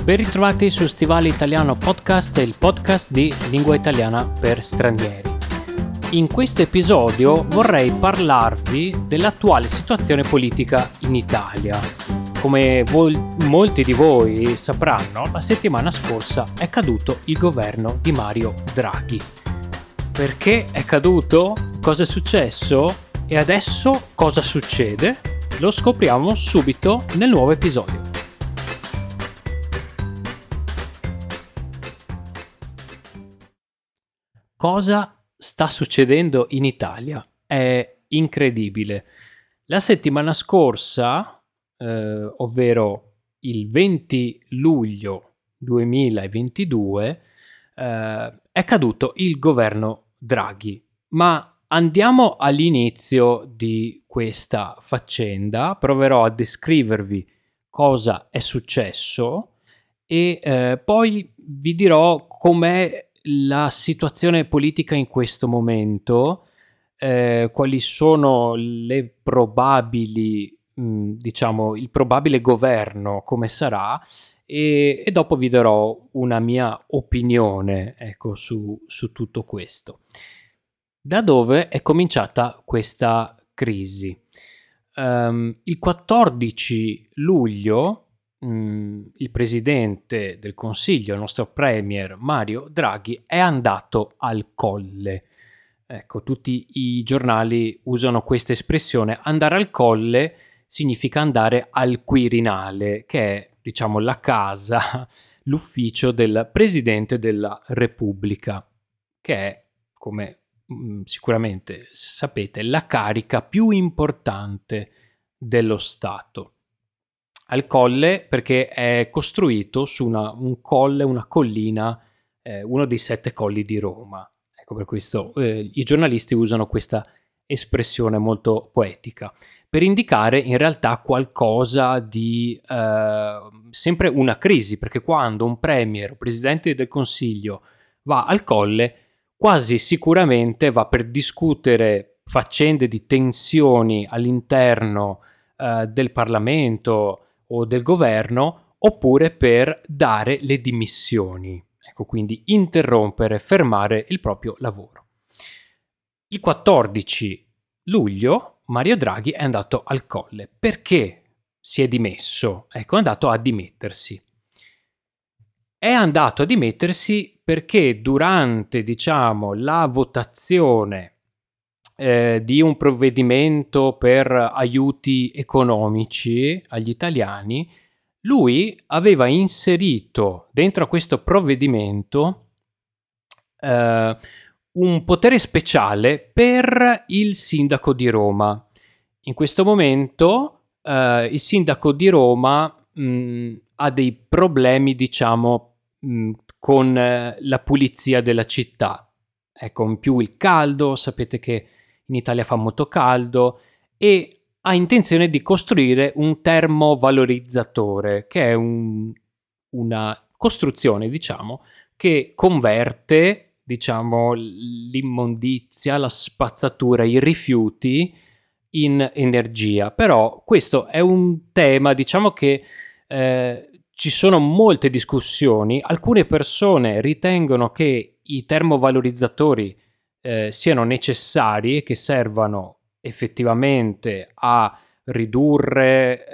Ben ritrovati su Stivale Italiano Podcast, il podcast di lingua italiana per stranieri. In questo episodio vorrei parlarvi dell'attuale situazione politica in Italia. Come molti di voi sapranno, la settimana scorsa è caduto il governo di Mario Draghi. Perché è caduto? Cosa è successo? E adesso cosa succede? Lo scopriamo subito nel nuovo episodio. Cosa sta succedendo in Italia? È incredibile. La settimana scorsa, ovvero il 20 luglio 2022, è caduto il governo Draghi. Ma andiamo all'inizio di questa faccenda. Proverò a descrivervi cosa è successo e poi vi dirò com'è la situazione politica in questo momento, quali sono le probabili, il probabile governo, come sarà, e dopo vi darò una mia opinione, ecco, su tutto questo. Da dove è cominciata questa crisi? Il 14 luglio il presidente del Consiglio, il nostro premier Mario Draghi, è andato al Colle. Ecco, tutti i giornali usano questa espressione. Andare al Colle significa andare al Quirinale, che è, diciamo, la casa, l'ufficio del Presidente della Repubblica, che è, come sicuramente sapete, la carica più importante dello Stato. Al Colle perché è costruito su un colle, una collina, uno dei 7 colli di Roma. Ecco, per questo i giornalisti usano questa espressione molto poetica per indicare in realtà qualcosa di sempre una crisi, perché quando un premier o presidente del Consiglio va al Colle, quasi sicuramente va per discutere faccende di tensioni all'interno del Parlamento o del governo, oppure per dare le dimissioni. Ecco, quindi interrompere, fermare il proprio lavoro. Il 14 luglio Mario Draghi è andato al Colle. Perché si è dimesso? Ecco, è andato a dimettersi. È andato a dimettersi perché durante, la votazione di un provvedimento per aiuti economici agli italiani, lui aveva inserito dentro a questo provvedimento un potere speciale per il sindaco di Roma. In questo momento il sindaco di Roma ha dei problemi, con la pulizia della città. Ecco, in più il caldo, sapete che in Italia fa molto caldo, e ha intenzione di costruire un termovalorizzatore, che è una costruzione, che converte, l'immondizia, la spazzatura, i rifiuti in energia. Però questo è un tema, che ci sono molte discussioni. Alcune persone ritengono che i termovalorizzatori siano necessari e che servano effettivamente a ridurre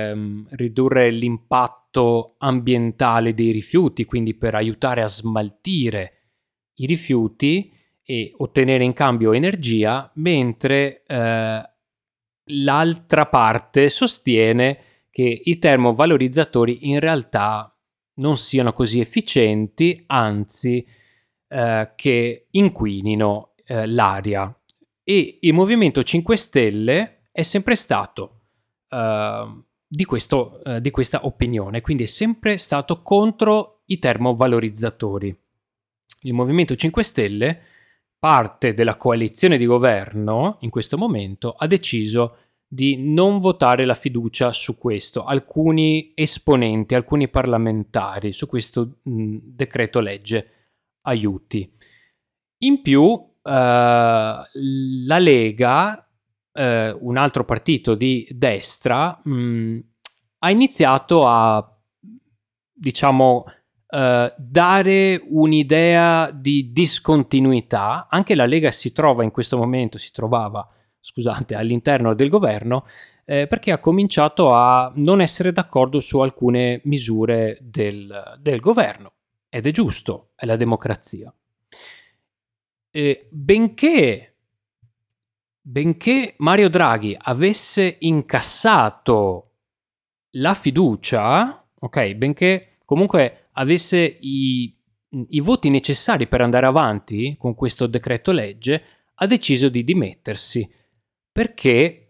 l'impatto ambientale dei rifiuti, quindi per aiutare a smaltire i rifiuti e ottenere in cambio energia, mentre l'altra parte sostiene che i termovalorizzatori in realtà non siano così efficienti, anzi che inquinino l'aria. E il Movimento 5 Stelle è sempre stato di questa opinione, quindi è sempre stato contro i termovalorizzatori. Il Movimento 5 Stelle, parte della coalizione di governo in questo momento, ha deciso di non votare la fiducia su questo. Alcuni esponenti, alcuni parlamentari su questo decreto legge aiuti. In più la Lega, un altro partito di destra, ha iniziato a diciamo, dare un'idea di discontinuità. Anche la Lega si trovava, scusate, all'interno del governo, perché ha cominciato a non essere d'accordo su alcune misure del governo. Ed è giusto, è la democrazia. Benché Mario Draghi avesse incassato la fiducia, ok, benché comunque avesse i voti necessari per andare avanti con questo decreto legge, ha deciso di dimettersi perché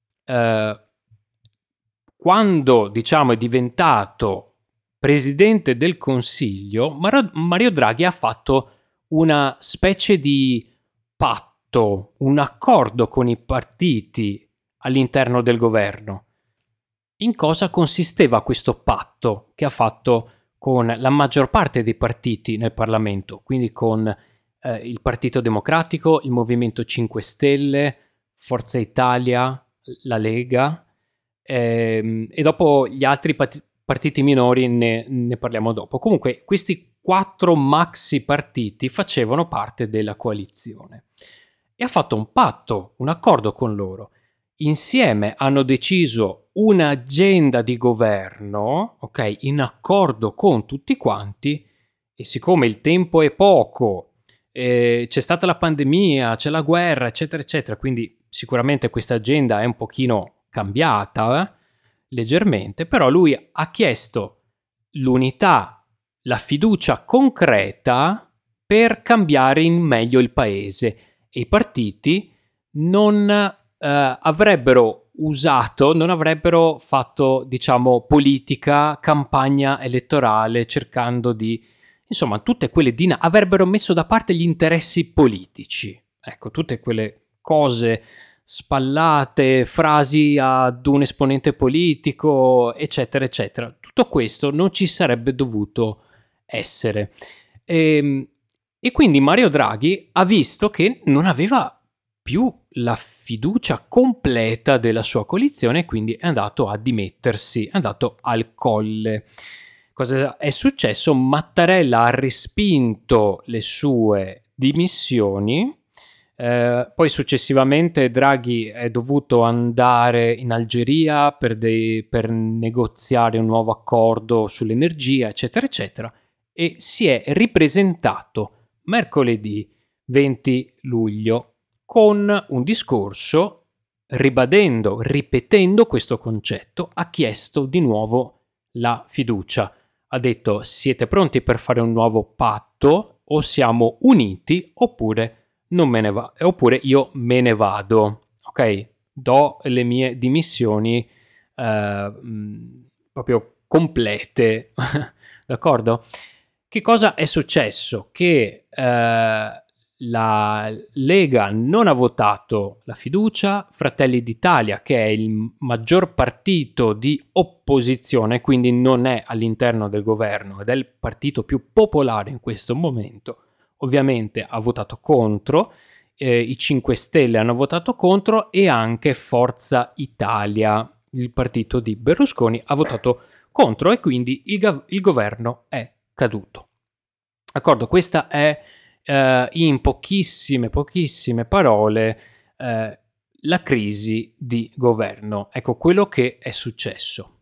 quando, diciamo, è diventato presidente del Consiglio, Mario Draghi ha fatto una specie di patto, un accordo con i partiti all'interno del governo. In cosa consisteva questo patto che ha fatto con la maggior parte dei partiti nel Parlamento, quindi con il Partito Democratico, il Movimento 5 Stelle, Forza Italia, la Lega, e dopo gli altri partiti minori ne parliamo dopo. Comunque questi 4 maxi partiti facevano parte della coalizione e ha fatto un patto, un accordo con loro. Insieme hanno deciso un'agenda di governo, ok, in accordo con tutti quanti, e siccome il tempo è poco, c'è stata la pandemia, c'è la guerra, eccetera, eccetera, quindi sicuramente questa agenda è un pochino cambiata, leggermente, però lui ha chiesto l'unità, la fiducia concreta per cambiare in meglio il paese, e i partiti non avrebbero fatto, diciamo, politica, campagna elettorale, cercando di, insomma, tutte quelle avrebbero messo da parte gli interessi politici. Ecco, tutte quelle cose spallate, frasi ad un esponente politico, eccetera, eccetera. Tutto questo non ci sarebbe dovuto essere. E quindi Mario Draghi ha visto che non aveva più la fiducia completa della sua coalizione e quindi è andato a dimettersi, è andato al Colle. Cosa è successo? Mattarella ha respinto le sue dimissioni. Poi successivamente Draghi è dovuto andare in Algeria per negoziare un nuovo accordo sull'energia, eccetera, eccetera, e si è ripresentato mercoledì 20 luglio con un discorso ripetendo questo concetto, ha chiesto di nuovo la fiducia. Ha detto: siete pronti per fare un nuovo patto? O siamo uniti oppure oppure io me ne vado. Ok? Do le mie dimissioni proprio complete. D'accordo? Che cosa è successo? Che la Lega non ha votato la fiducia, Fratelli d'Italia, che è il maggior partito di opposizione, quindi non è all'interno del governo ed è il partito più popolare in questo momento, ovviamente ha votato contro, i 5 Stelle hanno votato contro e anche Forza Italia, il partito di Berlusconi, ha votato contro e quindi il governo è caduto. D'accordo, questa è in pochissime parole la crisi di governo. Ecco quello che è successo.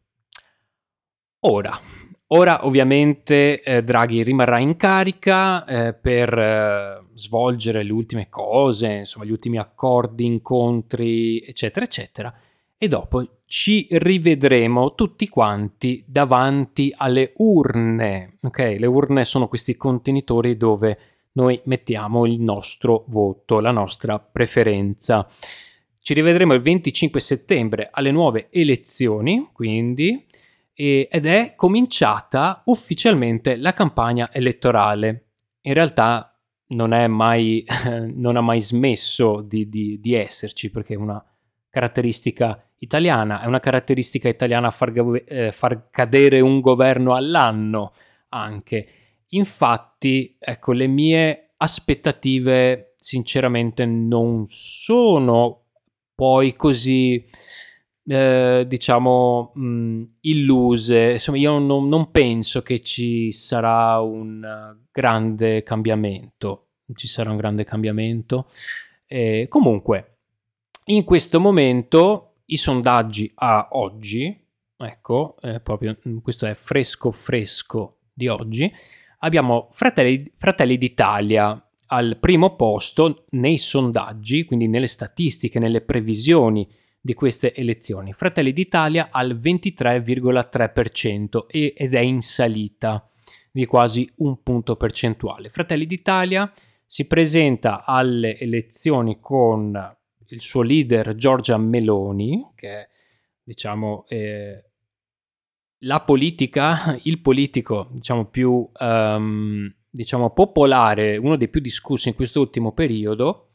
Ora ovviamente Draghi rimarrà in carica per svolgere le ultime cose, insomma gli ultimi accordi, incontri, eccetera, eccetera, e dopo ci rivedremo tutti quanti davanti alle urne. Ok, le urne sono questi contenitori dove noi mettiamo il nostro voto, la nostra preferenza. Ci rivedremo il 25 settembre alle nuove elezioni, quindi, ed è cominciata ufficialmente la campagna elettorale. In realtà non ha mai smesso di esserci, perché è una caratteristica italiana, è una caratteristica italiana far cadere un governo all'anno anche. Infatti, ecco, le mie aspettative sinceramente non sono poi così diciamo, illuse. Insomma, io non penso che ci sarà un grande cambiamento. Ci sarà un grande cambiamento. Comunque, in questo momento, i sondaggi a oggi, ecco, proprio questo è fresco fresco di oggi, abbiamo Fratelli d'Italia al primo posto nei sondaggi, quindi nelle statistiche, nelle previsioni di queste elezioni. Fratelli d'Italia al 23,3% ed è in salita di quasi un punto percentuale. Fratelli d'Italia si presenta alle elezioni con il suo leader Giorgia Meloni, che è, diciamo, la politica, il politico, diciamo, più diciamo popolare, uno dei più discussi in questo ultimo periodo.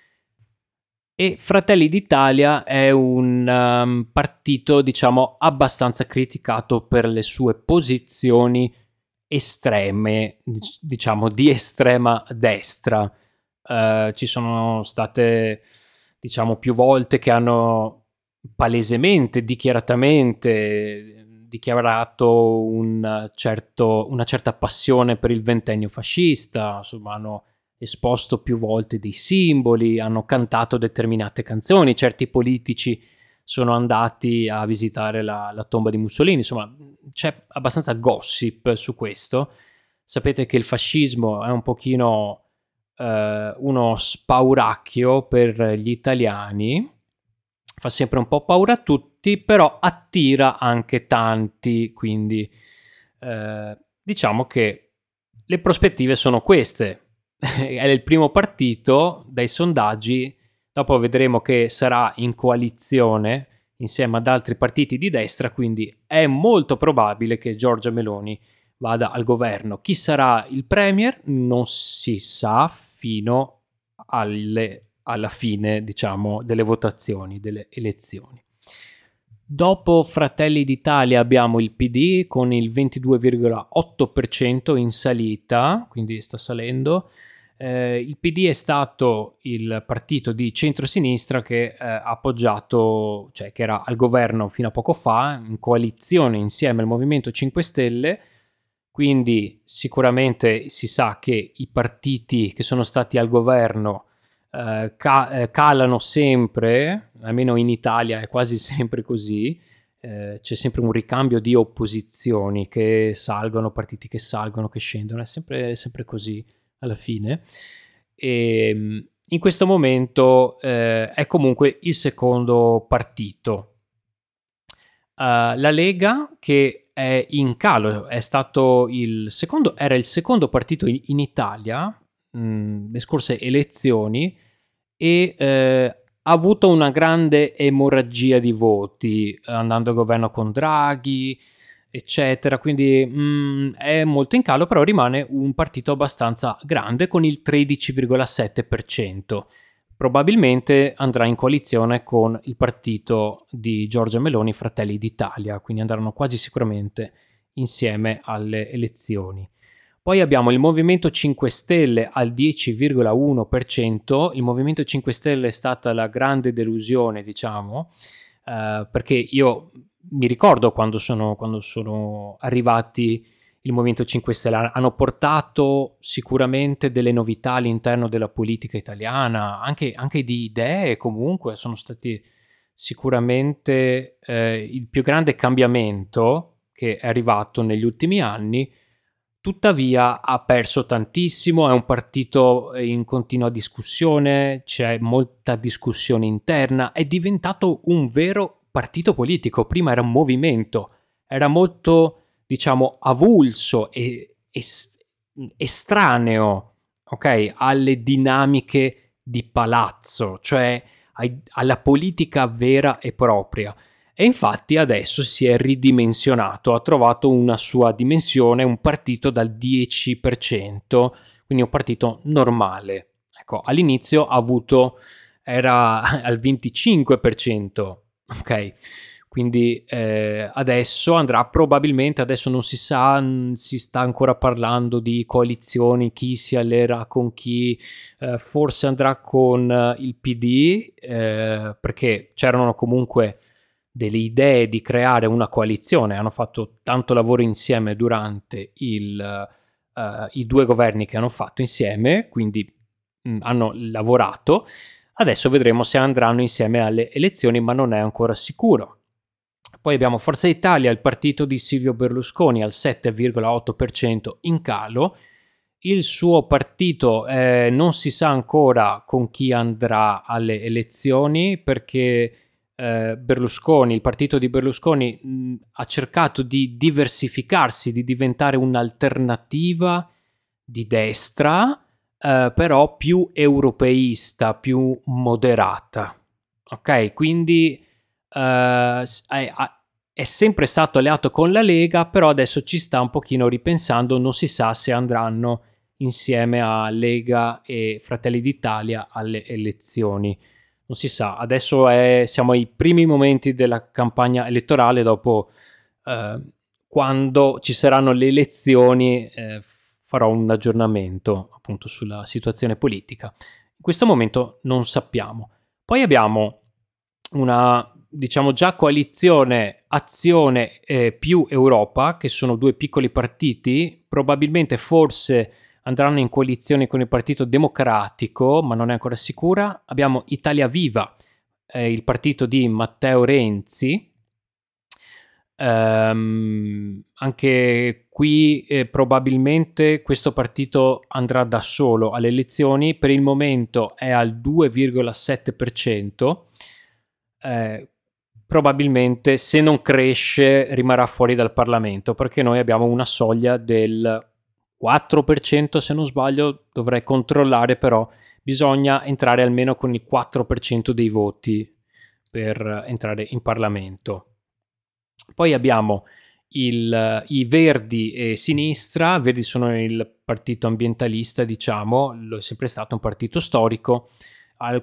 E Fratelli d'Italia è un partito, diciamo, abbastanza criticato per le sue posizioni estreme, diciamo, di estrema destra. Ci sono state, diciamo, più volte che hanno palesemente, dichiaratamente dichiarato una certa passione per il ventennio fascista, insomma, hanno esposto più volte dei simboli, hanno cantato determinate canzoni, certi politici sono andati a visitare la tomba di Mussolini, insomma c'è abbastanza gossip su questo. Sapete che il fascismo è un pochino uno spauracchio per gli italiani, fa sempre un po' paura a tutti, però attira anche tanti, quindi diciamo che le prospettive sono queste. È il primo partito dai sondaggi, dopo vedremo che sarà in coalizione insieme ad altri partiti di destra, quindi è molto probabile che Giorgia Meloni vada al governo. Chi sarà il premier non si sa fino alla fine, diciamo, delle votazioni, delle elezioni. Dopo Fratelli d'Italia abbiamo il PD con il 22,8% in salita, quindi sta salendo. Il PD è stato il partito di centrosinistra che ha appoggiato, cioè che era al governo fino a poco fa, in coalizione insieme al Movimento 5 Stelle, quindi sicuramente si sa che i partiti che sono stati al governo calano sempre, almeno in Italia è quasi sempre così, c'è sempre un ricambio di opposizioni che salgono, partiti che salgono, che scendono, è sempre così alla fine. E in questo momento è comunque il secondo partito. La Lega, che è in calo, è stato era il secondo partito in Italia le scorse elezioni e ha avuto una grande emorragia di voti andando al governo con Draghi, eccetera, quindi è molto in calo, però rimane un partito abbastanza grande con il 13,7%. Probabilmente andrà in coalizione con il partito di Giorgia Meloni, Fratelli d'Italia, quindi andranno quasi sicuramente insieme alle elezioni. Poi abbiamo il Movimento 5 Stelle al 10,1%. Il Movimento 5 Stelle è stata la grande delusione, diciamo, perché io mi ricordo quando sono arrivati il Movimento 5 Stelle, hanno portato sicuramente delle novità all'interno della politica italiana, anche di idee comunque, sono stati sicuramente il più grande cambiamento che è arrivato negli ultimi anni. Tuttavia ha perso tantissimo, è un partito in continua discussione, c'è molta discussione interna, è diventato un vero partito politico, prima era un movimento, era molto, diciamo, avulso e estraneo, ok, alle dinamiche di palazzo, cioè alla politica vera e propria. E infatti adesso si è ridimensionato, ha trovato una sua dimensione, un partito dal 10%, quindi un partito normale. Ecco, all'inizio era al 25%, ok? Quindi adesso andrà probabilmente, adesso non si sa, si sta ancora parlando di coalizioni, chi si allera con chi, forse andrà con il PD, perché c'erano comunque delle idee di creare una coalizione, hanno fatto tanto lavoro insieme durante i 2 governi che hanno fatto insieme, quindi hanno lavorato. Adesso vedremo se andranno insieme alle elezioni, ma non è ancora sicuro. Poi abbiamo Forza Italia, il partito di Silvio Berlusconi, al 7,8% in calo. Il suo partito non si sa ancora con chi andrà alle elezioni, perché Berlusconi, il partito di Berlusconi, ha cercato di diversificarsi, di diventare un'alternativa di destra, però più europeista, più moderata. Ok, quindi è sempre stato alleato con la Lega, però adesso ci sta un pochino ripensando, non si sa se andranno insieme a Lega e Fratelli d'Italia alle elezioni. Non si sa, adesso siamo ai primi momenti della campagna elettorale, dopo quando ci saranno le elezioni farò un aggiornamento appunto sulla situazione politica. In questo momento non sappiamo. Poi abbiamo una, diciamo, già coalizione Azione più Europa, che sono 2 piccoli partiti, probabilmente forse andranno in coalizione con il Partito Democratico, ma non è ancora sicura. Abbiamo Italia Viva, il partito di Matteo Renzi. Anche qui probabilmente questo partito andrà da solo alle elezioni. Per il momento è al 2,7%. Probabilmente, se non cresce, rimarrà fuori dal Parlamento, perché noi abbiamo una soglia del 4%, se non sbaglio. Dovrei controllare, però bisogna entrare almeno con il 4% dei voti per entrare in Parlamento. Poi abbiamo i Verdi e Sinistra. Verdi sono il partito ambientalista, diciamo, lo è sempre stato un partito storico, al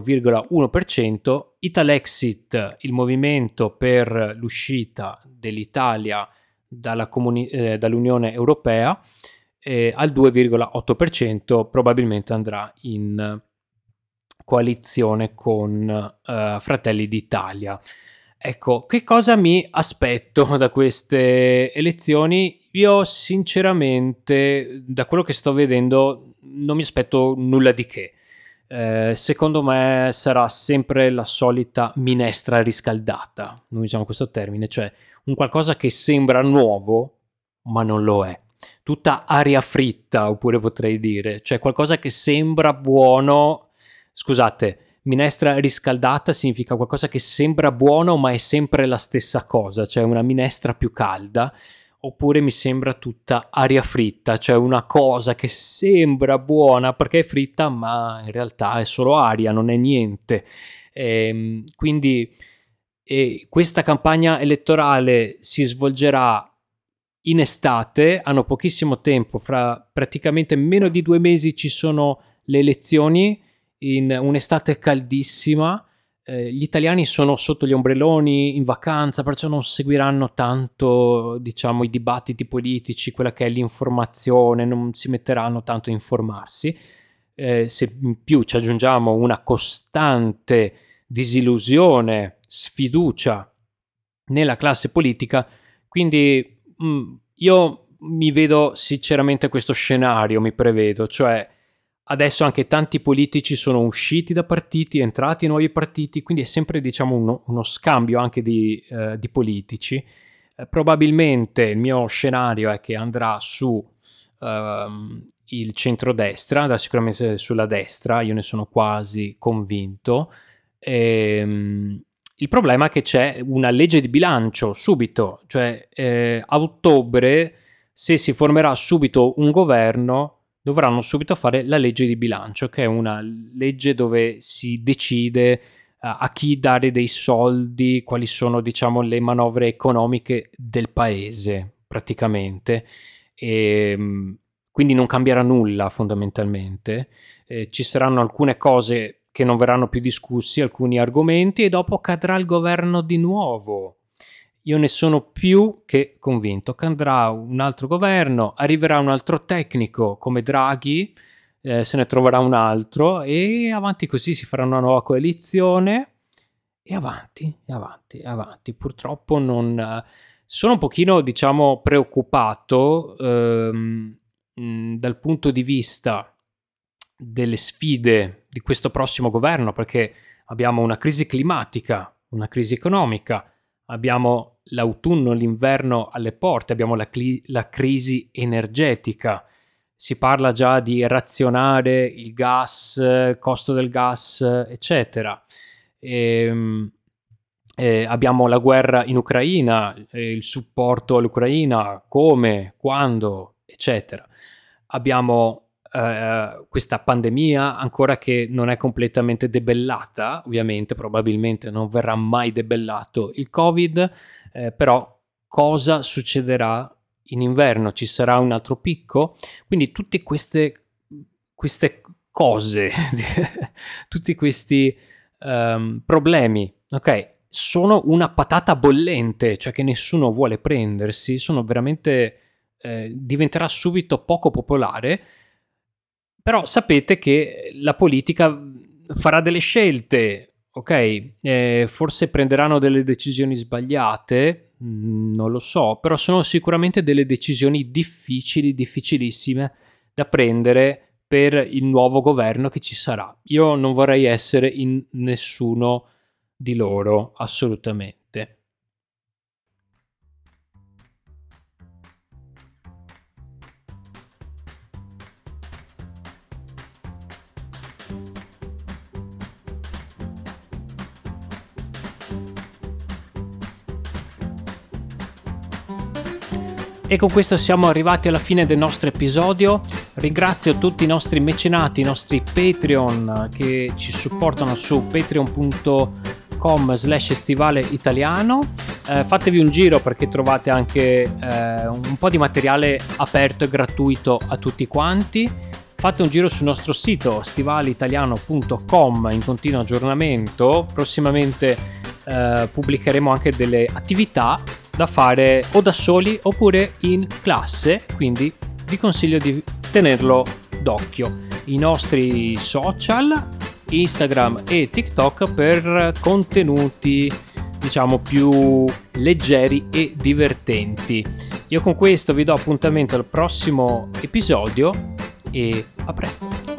4,1%. Italexit, il movimento per l'uscita dell'Italia dall'Unione Europea, al 2,8%, probabilmente andrà in coalizione con Fratelli d'Italia. Ecco, che cosa mi aspetto da queste elezioni? Io sinceramente, da quello che sto vedendo, non mi aspetto nulla di che. Secondo me sarà sempre la solita minestra riscaldata, non usiamo questo termine, cioè un qualcosa che sembra nuovo, ma non lo è. Tutta aria fritta, oppure potrei dire, cioè qualcosa che sembra buono. Scusate, minestra riscaldata significa qualcosa che sembra buono ma è sempre la stessa cosa, cioè una minestra più calda. Oppure mi sembra tutta aria fritta, cioè una cosa che sembra buona perché è fritta ma in realtà è solo aria, non è niente. Quindi questa campagna elettorale si svolgerà in estate, hanno pochissimo tempo, fra praticamente meno di 2 mesi ci sono le elezioni, in un'estate caldissima. Gli italiani sono sotto gli ombrelloni in vacanza, perciò non seguiranno tanto, diciamo, i dibattiti politici, quella che è l'informazione, non si metteranno tanto a informarsi. Se in più ci aggiungiamo una costante disillusione, sfiducia nella classe politica, quindi io mi vedo sinceramente questo scenario, mi prevedo, cioè adesso anche tanti politici sono usciti da partiti, entrati in nuovi partiti, quindi è sempre, diciamo, uno scambio anche di politici. Probabilmente il mio scenario è che andrà su il centrodestra, andrà sicuramente sulla destra, io ne sono quasi convinto. Il problema è che c'è una legge di bilancio subito, cioè a ottobre, se si formerà subito un governo, dovranno subito fare la legge di bilancio, che è una legge dove si decide a chi dare dei soldi, quali sono, diciamo, le manovre economiche del paese, praticamente. Quindi non cambierà nulla fondamentalmente. Ci saranno alcune cose che non verranno più discussi, alcuni argomenti, e dopo cadrà il governo di nuovo. Io ne sono più che convinto che andrà un altro governo, arriverà un altro tecnico come Draghi, se ne troverà un altro e avanti così si farà una nuova coalizione e avanti. Purtroppo non... Sono un pochino, diciamo, preoccupato dal punto di vista delle sfide di questo prossimo governo, perché abbiamo una crisi climatica, una crisi economica, abbiamo l'autunno, l'inverno alle porte, abbiamo la crisi energetica. Si parla già di razionare il gas, costo del gas, eccetera. Abbiamo la guerra in Ucraina, il supporto all'Ucraina, come, quando, eccetera. Abbiamo questa pandemia ancora che non è completamente debellata, ovviamente, probabilmente non verrà mai debellato il Covid, però cosa succederà in inverno? Ci sarà un altro picco? Quindi tutte queste cose, tutti questi problemi, ok? Sono una patata bollente, cioè che nessuno vuole prendersi, sono veramente diventerà subito poco popolare, però sapete che la politica farà delle scelte, ok? Forse prenderanno delle decisioni sbagliate, non lo so, però sono sicuramente delle decisioni difficilissime da prendere per il nuovo governo che ci sarà. Io non vorrei essere in nessuno di loro, assolutamente. E con questo siamo arrivati alla fine del nostro episodio. Ringrazio tutti i nostri mecenati, i nostri Patreon che ci supportano su patreon.com/stivaleitaliano. Fatevi un giro perché trovate anche un po' di materiale aperto e gratuito a tutti quanti. Fate un giro sul nostro sito stivaleitaliano.com in continuo aggiornamento. Prossimamente pubblicheremo anche delle attività da fare o da soli oppure in classe, quindi vi consiglio di tenerlo d'occhio. I nostri social, Instagram e TikTok, per contenuti diciamo più leggeri e divertenti. Io con questo vi do appuntamento al prossimo episodio e a presto.